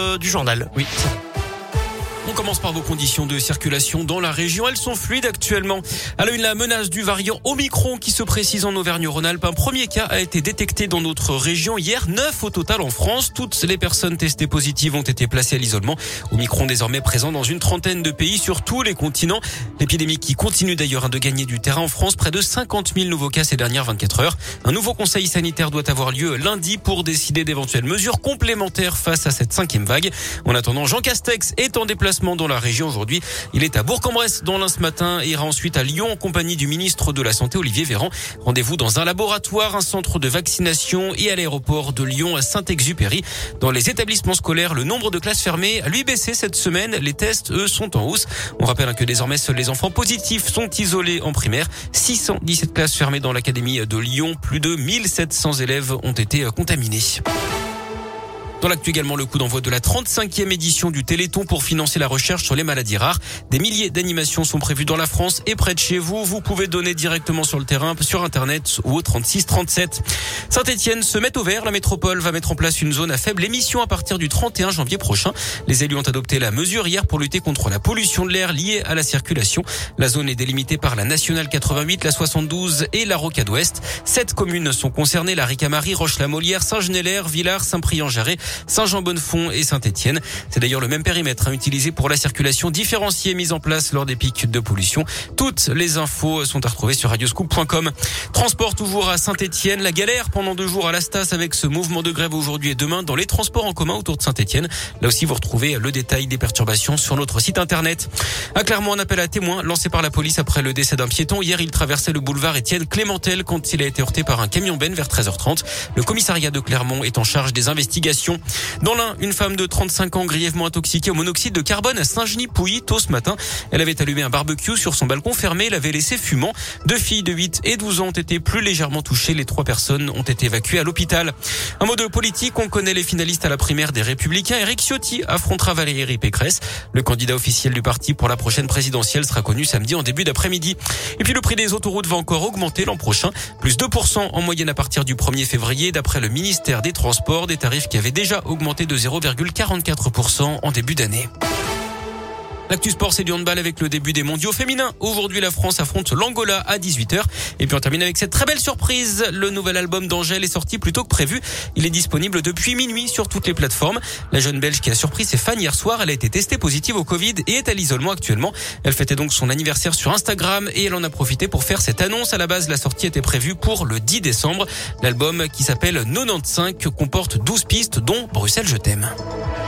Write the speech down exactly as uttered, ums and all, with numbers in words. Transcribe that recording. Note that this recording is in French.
euh, du journal. Oui. On commence par vos conditions de circulation dans la région. Elles sont fluides actuellement. À la une, la menace du variant Omicron qui se précise en Auvergne-Rhône-Alpes. Un premier cas a été détecté dans notre région hier. Neuf au total en France. Toutes les personnes testées positives ont été placées à l'isolement. Omicron désormais présent dans une trentaine de pays sur tous les continents. L'épidémie qui continue d'ailleurs de gagner du terrain en France. Près de cinquante mille nouveaux cas ces dernières vingt-quatre heures. Un nouveau conseil sanitaire doit avoir lieu lundi pour décider d'éventuelles mesures complémentaires face à cette cinquième vague. En attendant, Jean Castex est en déplacement dans la région aujourd'hui. Il est à Bourg-en-Bresse dans l'Ain ce matin et ira ensuite à Lyon en compagnie du ministre de la Santé Olivier Véran. Rendez-vous dans un laboratoire, un centre de vaccination et à l'aéroport de Lyon à Saint-Exupéry. Dans les établissements scolaires, le nombre de classes fermées a lui baissé cette semaine. Les tests, eux, sont en hausse. On rappelle que désormais seuls les enfants positifs sont isolés en primaire. six cent dix-sept classes fermées dans l'académie de Lyon. Plus de mille sept cents élèves ont été contaminés. Dans l'actu également, le coup d'envoi de la trente-cinquième édition du Téléthon pour financer la recherche sur les maladies rares. Des milliers d'animations sont prévues dans la France et près de chez vous. Vous pouvez donner directement sur le terrain, sur Internet ou au trente-six trente-sept. Saint-Etienne se met au vert. La métropole va mettre en place une zone à faible émission à partir du trente et un janvier prochain. Les élus ont adopté la mesure hier pour lutter contre la pollution de l'air liée à la circulation. La zone est délimitée par la nationale quatre-vingt-huit, la soixante-douze et la Rocade Ouest. Sept communes sont concernées, la Ricamarie, Roche-la-Molière, Saint-Genélaire, Villars, Saint-Priant-Jarret, Saint-Jean-Bonnefond et Saint-Étienne. C'est d'ailleurs le même périmètre hein, utilisé pour la circulation différenciée mise en place lors des pics de pollution. Toutes les infos sont à retrouver sur radioscoop point com. Transport toujours à Saint-Étienne. La galère pendant deux jours à l'Astas avec ce mouvement de grève aujourd'hui et demain dans les transports en commun autour de Saint-Étienne. Là aussi, vous retrouvez le détail des perturbations sur notre site internet. À Clermont, un appel à témoins lancé par la police après le décès d'un piéton. Hier, il traversait le boulevard Étienne Clémentel quand il a été heurté par un camion Ben vers treize heures trente. Le commissariat de Clermont est en charge des investigations. Dans l'Ain, une femme de trente-cinq ans grièvement intoxiquée au monoxyde de carbone à Saint-Genis-Pouilly tôt ce matin. Elle avait allumé un barbecue sur son balcon fermé, l'avait laissé fumant. Deux filles de huit et douze ans ont été plus légèrement touchées. Les trois personnes ont été évacuées à l'hôpital. Un mot de politique, on connaît les finalistes à la primaire des Républicains. Éric Ciotti affrontera Valérie Pécresse. Le candidat officiel du parti pour la prochaine présidentielle sera connu samedi en début d'après-midi. Et puis le prix des autoroutes va encore augmenter l'an prochain. Plus deux pour cent en moyenne à partir du premier février d'après le ministère des Transports. Des tarifs qui avaient déjà augmenté de zéro virgule quarante-quatre pour cent en début d'année. L'actu sport, c'est du handball avec le début des mondiaux féminins. Aujourd'hui, la France affronte l'Angola à dix-huit heures. Et puis on termine avec cette très belle surprise. Le nouvel album d'Angèle est sorti plus tôt que prévu. Il est disponible depuis minuit sur toutes les plateformes. La jeune Belge qui a surpris ses fans hier soir, elle a été testée positive au Covid et est à l'isolement actuellement. Elle fêtait donc son anniversaire sur Instagram et elle en a profité pour faire cette annonce. À la base, la sortie était prévue pour le dix décembre. L'album qui s'appelle quatre-vingt-quinze comporte douze pistes dont Bruxelles je t'aime.